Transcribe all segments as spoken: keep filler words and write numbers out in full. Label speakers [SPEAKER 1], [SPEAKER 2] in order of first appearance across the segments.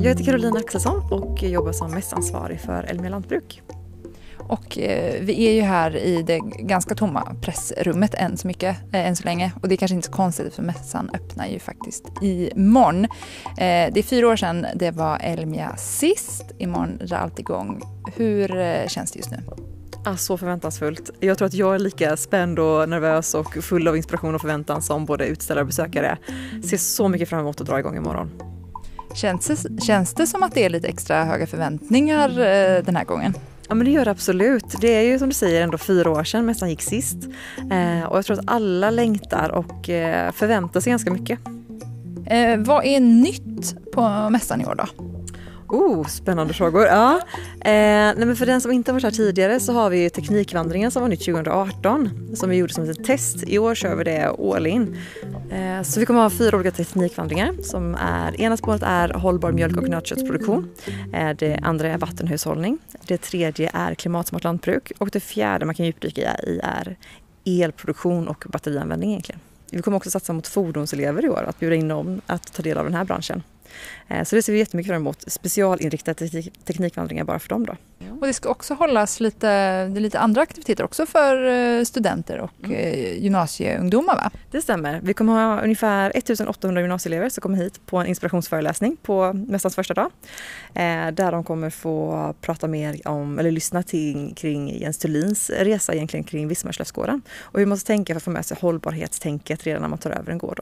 [SPEAKER 1] Jag heter Carolina Axelsson och jobbar som mässansvarig för Elmia Lantbruk.
[SPEAKER 2] Och eh, vi är ju här i det ganska tomma pressrummet än så mycket, eh, än så länge. Och det är kanske inte så konstigt för mässan öppnar ju faktiskt imorgon. Eh, det är fyra år sedan det var Elmia sist. Imorgon är allt igång. Hur eh, känns det just nu?
[SPEAKER 1] Ah, så förväntansfullt. Jag tror att jag är lika spänd och nervös och full av inspiration och förväntan som både utställare och besökare. Ser så mycket fram emot att dra igång imorgon.
[SPEAKER 2] Känns det, känns det som att det är lite extra höga förväntningar eh, den här gången?
[SPEAKER 1] Ja, men det gör det absolut. Det är ju som du säger ändå fyra år sedan mässan gick sist. Eh, och jag tror att alla längtar och eh, förväntar sig ganska mycket.
[SPEAKER 2] Eh, vad är nytt på mässan i år då?
[SPEAKER 1] Oh, spännande frågor. Ja. Eh, nej men för den som inte har varit här tidigare så har vi teknikvandringen som var nytt tjugo arton som vi gjorde som ett test. I år kör vi det all in. Eh, så vi kommer ha fyra olika teknikvandringar som är, ena spåret är hållbar mjölk- och nötköttsproduktion. Eh, det andra är vattenhushållning. Det tredje är klimatsmart lantbruk och det fjärde man kan djupdyka i är elproduktion och batterianvändning egentligen. Vi kommer också satsa mot fordonselever i år att bjuda in dem att ta del av den här branschen. Så det ser vi jättemycket fram emot. Specialinriktade teknikvandringar bara för dem då.
[SPEAKER 2] Och det ska också hållas lite, det är lite andra aktiviteter också för studenter och mm. gymnasieungdomar, va?
[SPEAKER 1] Det stämmer. Vi kommer ha ungefär ettusenåttahundra gymnasieelever som kommer hit på en inspirationsföreläsning på mässans första dag. Där de kommer få prata mer om, eller lyssna till kring Jens Thulins resa egentligen kring Vismarslövsgården. Och hur man ska tänka för att få med sig hållbarhetstänket redan när man tar över en gård då.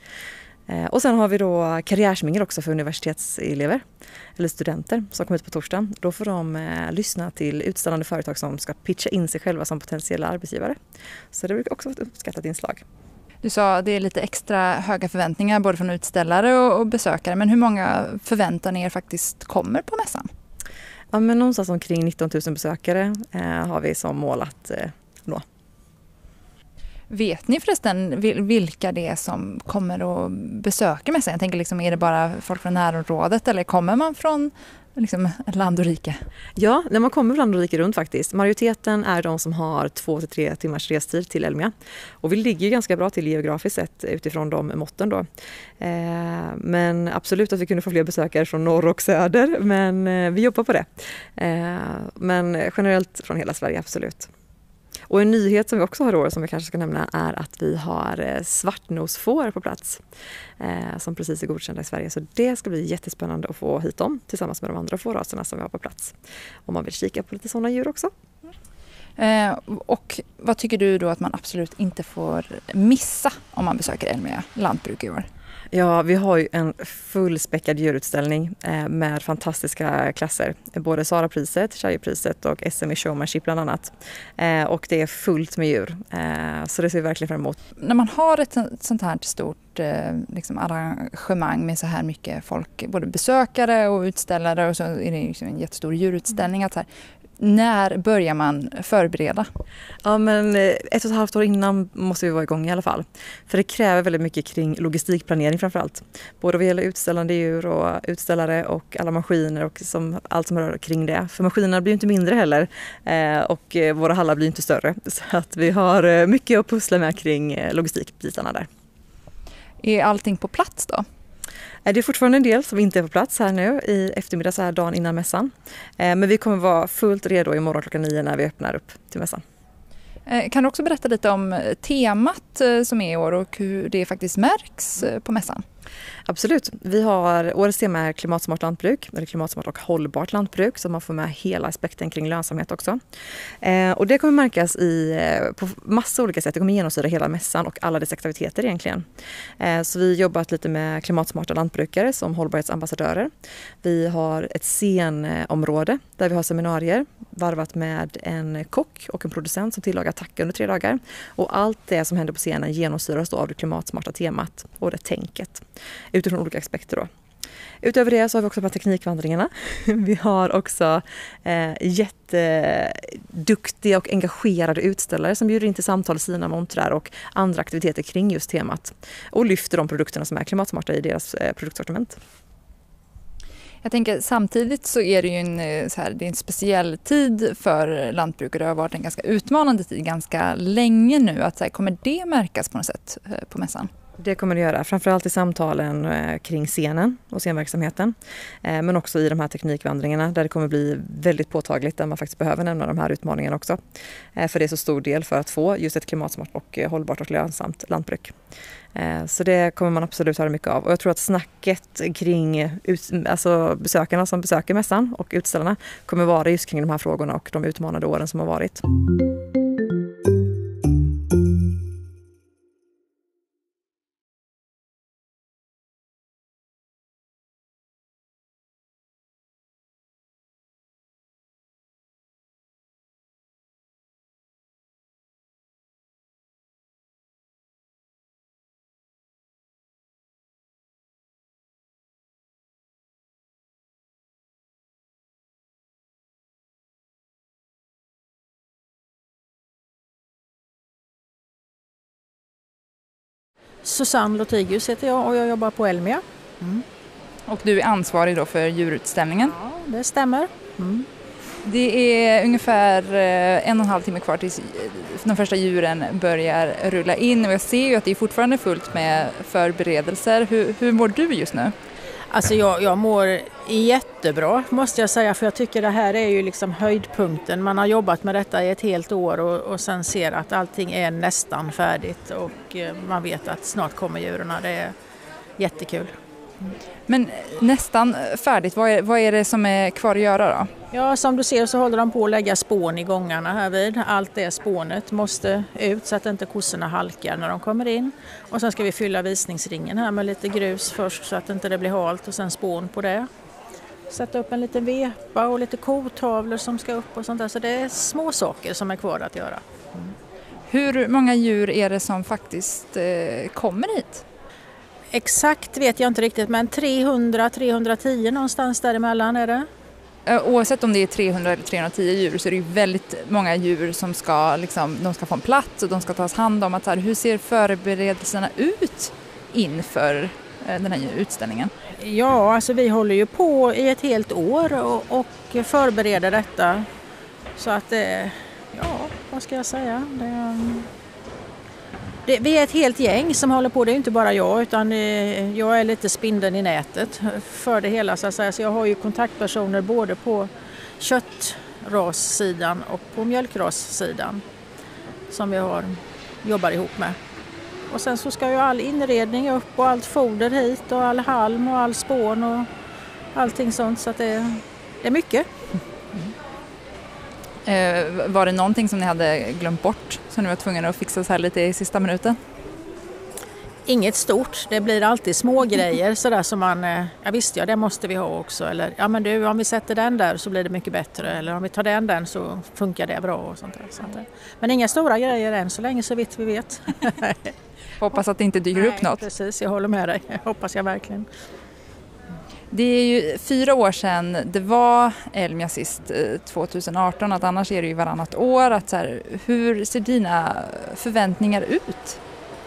[SPEAKER 1] Och sen har vi då karriärsmingel också för universitetselever eller studenter som kommer ut på torsdag. Då får de eh, lyssna till utställande företag som ska pitcha in sig själva som potentiella arbetsgivare. Så det brukar också vara ett uppskattat inslag.
[SPEAKER 2] Du sa att det är lite extra höga förväntningar både från utställare och, och besökare. Men hur många förväntar ni er faktiskt kommer på mässan?
[SPEAKER 1] Ja, men någonstans omkring nitton tusen besökare eh, har vi som mål att eh, nå.
[SPEAKER 2] Vet ni förresten vilka det är som kommer att besöka mässan? Jag tänker liksom, är det bara folk från närområdet eller kommer man från liksom land och rike?
[SPEAKER 1] Ja, när man kommer från land och rike runt faktiskt. Majoriteten är de som har två till tre timmars restid till Elmia. Och vi ligger ju ganska bra till geografiskt sett utifrån de måtten då. Eh, men absolut att vi kunde få fler besökare från norr och söder, men eh, vi jobbar på det. Eh, men generellt från hela Sverige, absolut. Och en nyhet som vi också har i år som vi kanske ska nämna är att vi har svartnosfår på plats eh, som precis är godkända i Sverige. Så det ska bli jättespännande att få hit dem tillsammans med de andra fåraserna som vi har på plats. Om man vill kika på lite sådana djur också.
[SPEAKER 2] Eh, och vad tycker du då att man absolut inte får missa om man besöker Elmia Lantbruk i år?
[SPEAKER 1] Ja, vi har ju en fullspäckad djurutställning eh, med fantastiska klasser. Både Sara-priset, Tjejerpriset och S M i Showmanship bland annat. Eh, och det är fullt med djur. Eh, så det ser vi verkligen fram emot.
[SPEAKER 2] När man har ett sånt här stort eh, liksom arrangemang med så här mycket folk, både besökare och utställare och så är det liksom en jättestor djurutställning. Att så här, när börjar man förbereda?
[SPEAKER 1] Ja, men ett och ett halvt år innan måste vi vara igång i alla fall. För det kräver väldigt mycket kring logistikplanering framförallt. Både vad gäller utställande djur och utställare och alla maskiner och som, allt som rör kring det. För maskinerna blir ju inte mindre heller eh, och våra hallar blir inte större. Så att vi har mycket att pussla med kring logistikbitarna där.
[SPEAKER 2] Är allting på plats då?
[SPEAKER 1] Det är fortfarande en del som inte är på plats här nu i eftermiddag så här dagen innan mässan. Men vi kommer vara fullt redo imorgon klockan nio när vi öppnar upp till mässan.
[SPEAKER 2] Kan du också berätta lite om temat som är i år och hur det faktiskt märks på mässan?
[SPEAKER 1] Absolut. Vi har, årets tema är klimatsmart lantbruk, eller klimatsmart och hållbart lantbruk, så man får med hela aspekten kring lönsamhet också. Eh, och det kommer märkas i, på massa olika sätt. Det kommer genomsyra hela mässan och alla dess aktiviteter egentligen. Eh, så vi har jobbat lite med klimatsmarta lantbrukare som hållbarhetsambassadörer. Vi har ett scenområde där vi har seminarier varvat med en kock och en producent som tillagar tacka under tre dagar. Och allt det som händer på scenen genomsyras då av det klimatsmarta temat och det tänket utifrån olika aspekter då. Utöver det så har vi också på teknikvandringarna. Vi har också eh, jätteduktiga och engagerade utställare som bjuder in till samtal i sina montrar och andra aktiviteter kring just temat och lyfter de produkterna som är klimatsmarta i deras eh, produktsortiment.
[SPEAKER 2] Jag tänker samtidigt så är det ju en, så här, det är en speciell tid för lantbrukare. Det har varit en ganska utmanande tid ganska länge nu. Att, så här, kommer det märkas på något sätt på mässan?
[SPEAKER 1] Det kommer det göra, framförallt i samtalen kring scenen och scenverksamheten. Men också i de här teknikvandringarna där det kommer bli väldigt påtagligt där man faktiskt behöver nämna de här utmaningarna också. För det är så stor del för att få just ett klimatsmart och hållbart och lönsamt lantbruk. Så det kommer man absolut höra mycket av. Och jag tror att snacket kring alltså besökarna som besöker mässan och utställarna kommer vara just kring de här frågorna och de utmanande åren som har varit.
[SPEAKER 3] Susanne Lotigius heter jag och jag jobbar på Elmia. Mm.
[SPEAKER 2] Och du är ansvarig då för djurutställningen?
[SPEAKER 3] Ja, det stämmer. Mm.
[SPEAKER 2] Det är ungefär en och en halv timme kvar tills de första djuren börjar rulla in. Och jag ser ju att det är fortfarande fullt med förberedelser. Hur, hur mår du just nu?
[SPEAKER 3] Alltså jag, jag mår jättebra måste jag säga, för jag tycker det här är ju liksom höjdpunkten. Man har jobbat med detta i ett helt år och, och sen ser att allting är nästan färdigt och man vet att snart kommer djuren. Det är jättekul.
[SPEAKER 2] Men nästan färdigt, vad är, vad är det som är kvar att göra då?
[SPEAKER 3] Ja, som du ser så håller de på att lägga spån i gångarna här vid. Allt det spånet måste ut så att inte kossorna halkar när de kommer in. Och sen ska vi fylla visningsringen här med lite grus först så att inte det blir halt och sen spån på det. Sätta upp en liten vepa och lite kotavlor som ska upp och sånt där. Så det är små saker som är kvar att göra. Mm.
[SPEAKER 2] Hur många djur är det som faktiskt eh, kommer hit?
[SPEAKER 3] Exakt vet jag inte riktigt, men trehundra till trehundratio någonstans däremellan är det.
[SPEAKER 2] Oavsett om det är trehundra eller trehundratio djur så är det ju väldigt många djur som ska, liksom, de ska få en plats och de ska tas hand om. Att så här, hur ser förberedelserna ut inför den här utställningen?
[SPEAKER 3] Ja, alltså vi håller ju på i ett helt år och, och förbereder detta. Så att det, ja, vad ska jag säga? Det, det, vi är ett helt gäng som håller på, det är inte bara jag utan jag är lite spindeln i nätet för det hela så att säga. Så jag har ju kontaktpersoner både på köttrassidan och på mjölkrassidan som vi har, jobbar ihop med. Och sen så ska ju all inredning upp och allt foder hit och all halm och all spån och allting sånt så att det, det är mycket.
[SPEAKER 2] Mm. Eh, var det någonting som ni hade glömt bort som ni var tvungna att fixa så här lite i sista minuten?
[SPEAKER 3] Inget stort, det blir alltid små grejer sådär som man, ja visst ja det måste vi ha också eller ja men du om vi sätter den där så blir det mycket bättre eller om vi tar den där så funkar det bra och sånt där. Sånt där. Men inga stora grejer än så länge så vitt vi vet.
[SPEAKER 2] Hoppas att det inte dyker
[SPEAKER 3] Nej,
[SPEAKER 2] upp något.
[SPEAKER 3] Precis, jag håller med dig. Hoppas jag verkligen.
[SPEAKER 2] Det är ju fyra år sedan det var Elmia sist, tjugoarton, att annars är det ju varannat år. Att så här, hur ser dina förväntningar ut?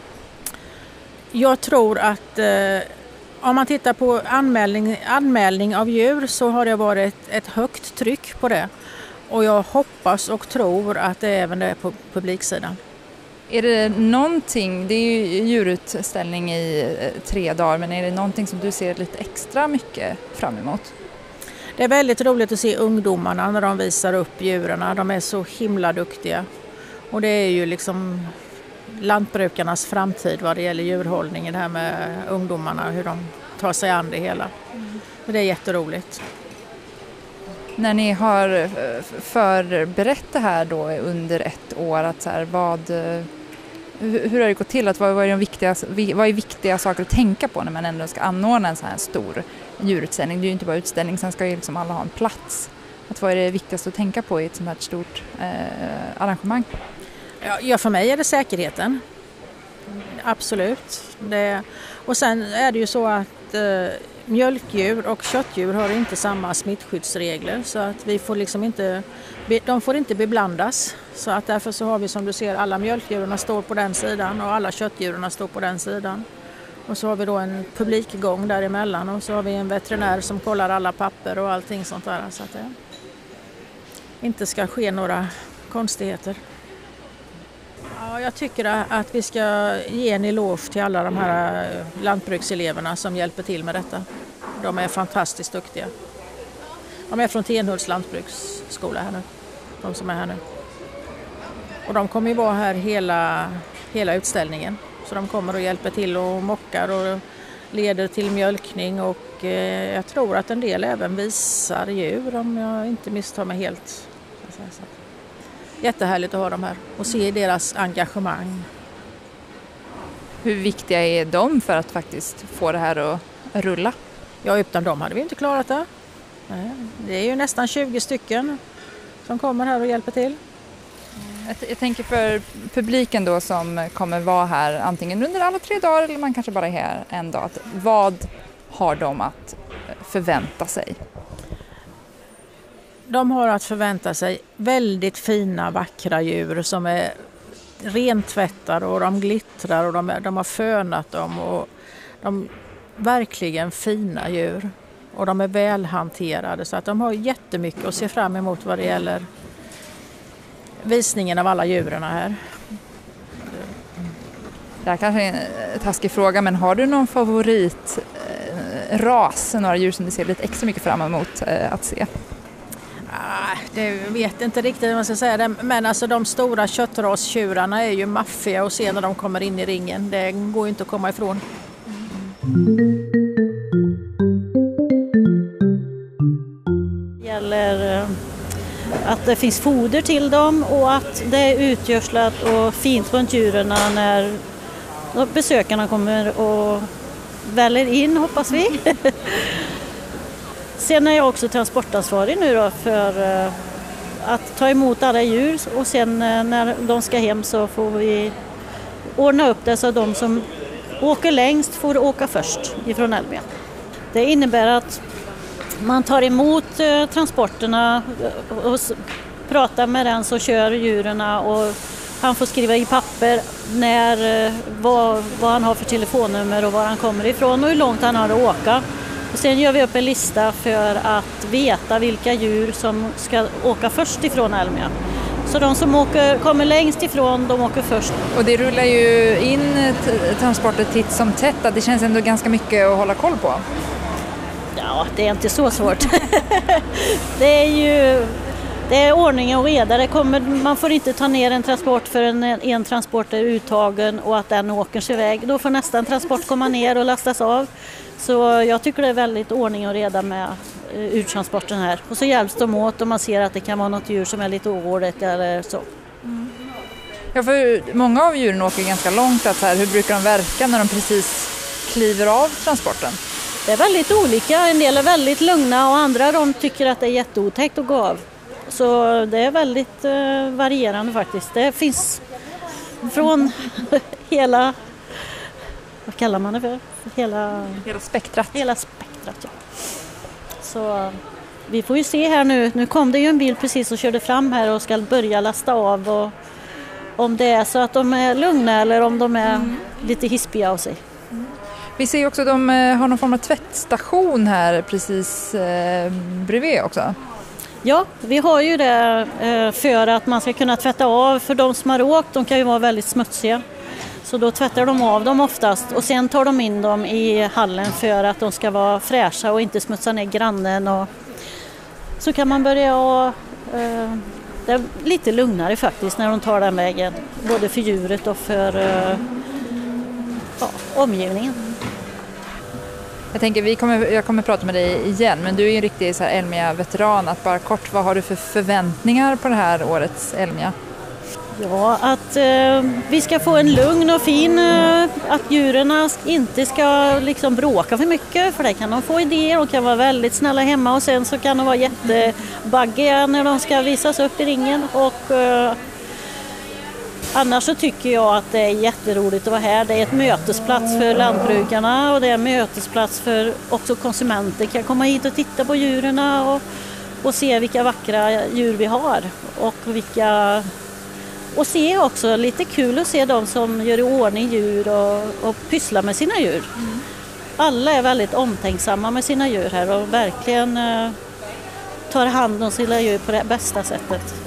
[SPEAKER 3] Jag tror att eh, om man tittar på anmälning, anmälning av djur så har det varit ett högt tryck på det. Och jag hoppas och tror att det även är på publiksidan.
[SPEAKER 2] Är det någonting, det är ju djurutställning i tre dagar, men är det någonting som du ser lite extra mycket fram emot?
[SPEAKER 3] Det är väldigt roligt att se ungdomarna när de visar upp djuren. De är så himla duktiga. Och det är ju liksom lantbrukarnas framtid vad det gäller djurhållningen, det här med ungdomarna, hur de tar sig an det hela. Mm. Det är jätteroligt.
[SPEAKER 2] När ni har förberett det här då under ett år, att så här, vad, hur har det gått till? Att vad, vad, är de viktiga, vad är viktiga saker att tänka på när man ändå ska anordna en så här stor djurutställning? Det är ju inte bara utställning, sen ska ju liksom alla ha en plats. Att vad är det viktigaste att tänka på i ett sånt här stort eh, arrangemang?
[SPEAKER 3] Ja, för mig är det säkerheten. Absolut. Det, och sen är det ju så att eh, mjölkdjur och köttdjur har inte samma smittskyddsregler så att vi får liksom inte, de får inte beblandas. Så att därför så har vi som du ser alla mjölkdjuren står på den sidan och alla köttdjuren står på den sidan. Och så har vi då en publikgång däremellan och så har vi en veterinär som kollar alla papper och allting sånt där så att det inte ska ske några konstigheter. Ja, jag tycker att vi ska ge en eloge till alla de här lantbrukseleverna som hjälper till med detta. De är fantastiskt duktiga. De är från Tenhults lantbruksskola här nu, de som är här nu. Och de kommer ju vara här hela, hela utställningen. Så de kommer och hjälper till och mockar och leder till mjölkning. Och eh, jag tror att en del även visar djur om jag inte misstar mig helt. Jättehärligt att ha dem här och se deras engagemang.
[SPEAKER 2] Hur viktiga är de för att faktiskt få det här att rulla?
[SPEAKER 3] Ja, utan dem hade vi inte klarat det. Nej, det är ju nästan tjugo stycken som kommer här och hjälper till.
[SPEAKER 2] Jag, jag tänker för publiken då som kommer vara här antingen under alla tre dagar eller man kanske bara är här en dag. Vad har de att förvänta sig?
[SPEAKER 3] De har att förvänta sig väldigt fina, vackra djur som är rentvättade och de glittrar och de, är, de har fönat dem. Och de verkligen fina djur och de är välhanterade så att de har jättemycket att se fram emot vad det gäller visningen av alla djuren här.
[SPEAKER 2] Det här kanske är en taskig fråga, men har du någon favoritras, några djur som du ser lite extra mycket fram emot att se?
[SPEAKER 3] Ah, det vet inte riktigt vad man ska säga, men alltså de stora köttrastjurarna är ju maffiga att se när de kommer in i ringen. Det går ju inte att komma ifrån.
[SPEAKER 4] Det gäller att det finns foder till dem och att det är utgörslat och fint runt djuren när besökarna kommer och väller in, hoppas vi. Sen är jag också transportansvarig nu då för att ta emot alla djur och sen när de ska hem så får vi ordna upp det så att de som åker längst får åka först ifrån Elmia. Det innebär att man tar emot eh, transporterna och s- pratar med den som kör djuren och han får skriva i papper när, eh, vad, vad han har för telefonnummer och var han kommer ifrån och hur långt han har att åka. Och sen gör vi upp en lista för att veta vilka djur som ska åka först ifrån Elmia. Så de som åker, kommer längst ifrån, de åker först.
[SPEAKER 2] Och det rullar ju in t- transporter titt som tätt. Det känns ändå ganska mycket att hålla koll på.
[SPEAKER 4] Ja, det är inte så svårt. Det är ju det är ordning och reda. Det kommer, man får inte ta ner en transport för en, en transport är uttagen och att den åker sig iväg. Då får nästa transport komma ner och lastas av. Så jag tycker det är väldigt ordning och reda med uh, uttransporten här. Och så hjälps de åt om man ser att det kan vara något djur som är lite oroligt eller så.
[SPEAKER 2] Mm. Ja, för många av djuren åker ganska långt. Att här, hur brukar de verka när de precis kliver av transporten?
[SPEAKER 4] Det är väldigt olika. En del är väldigt lugna och andra de tycker att det är jätteotäckt att gå av. Så det är väldigt uh, varierande faktiskt. Det finns från hela, vad kallar man det för? Hela,
[SPEAKER 2] hela spektrat.
[SPEAKER 4] Hela spektrat, ja. Så vi får ju se här nu. Nu kom det ju en bil precis och körde fram här och ska börja lasta av. Och om det är så att de är lugna eller om de är mm. lite hispiga av sig.
[SPEAKER 2] Mm. Vi ser också att de har någon form av tvättstation här precis eh, bredvid också.
[SPEAKER 4] Ja, vi har ju det eh, för att man ska kunna tvätta av. För de som har åkt, de kan ju vara väldigt smutsiga. Så då tvättar de av dem oftast och sen tar de in dem i hallen för att de ska vara fräscha och inte smutsa ner grannen. Och så kan man börja och, eh, det är lite lugnare faktiskt när de tar den vägen. Både för djuret och för eh, ja, omgivningen.
[SPEAKER 2] Jag tänker, vi kommer, jag kommer prata med dig igen, men du är ju en riktig så här Elmia-veteran. Att bara kort, vad har du för förväntningar på det här årets Elmia?
[SPEAKER 4] Ja, att eh, vi ska få en lugn och fin, eh, att djuren inte ska liksom bråka för mycket, för det kan de få idéer, de kan vara väldigt snälla hemma och sen så kan de vara jättebaggiga när de ska visas upp i ringen. Och eh, annars så tycker jag att det är jätteroligt att vara här. Det är ett mötesplats för lantbrukarna och det är en mötesplats för också konsumenter. Kan komma hit och titta på djuren och, och se vilka vackra djur vi har och vilka... Och se också, lite kul att se de som gör i ordning djur och, och pysslar med sina djur. Mm. Alla är väldigt omtänksamma med sina djur här och verkligen eh, tar hand om sina djur på det bästa sättet.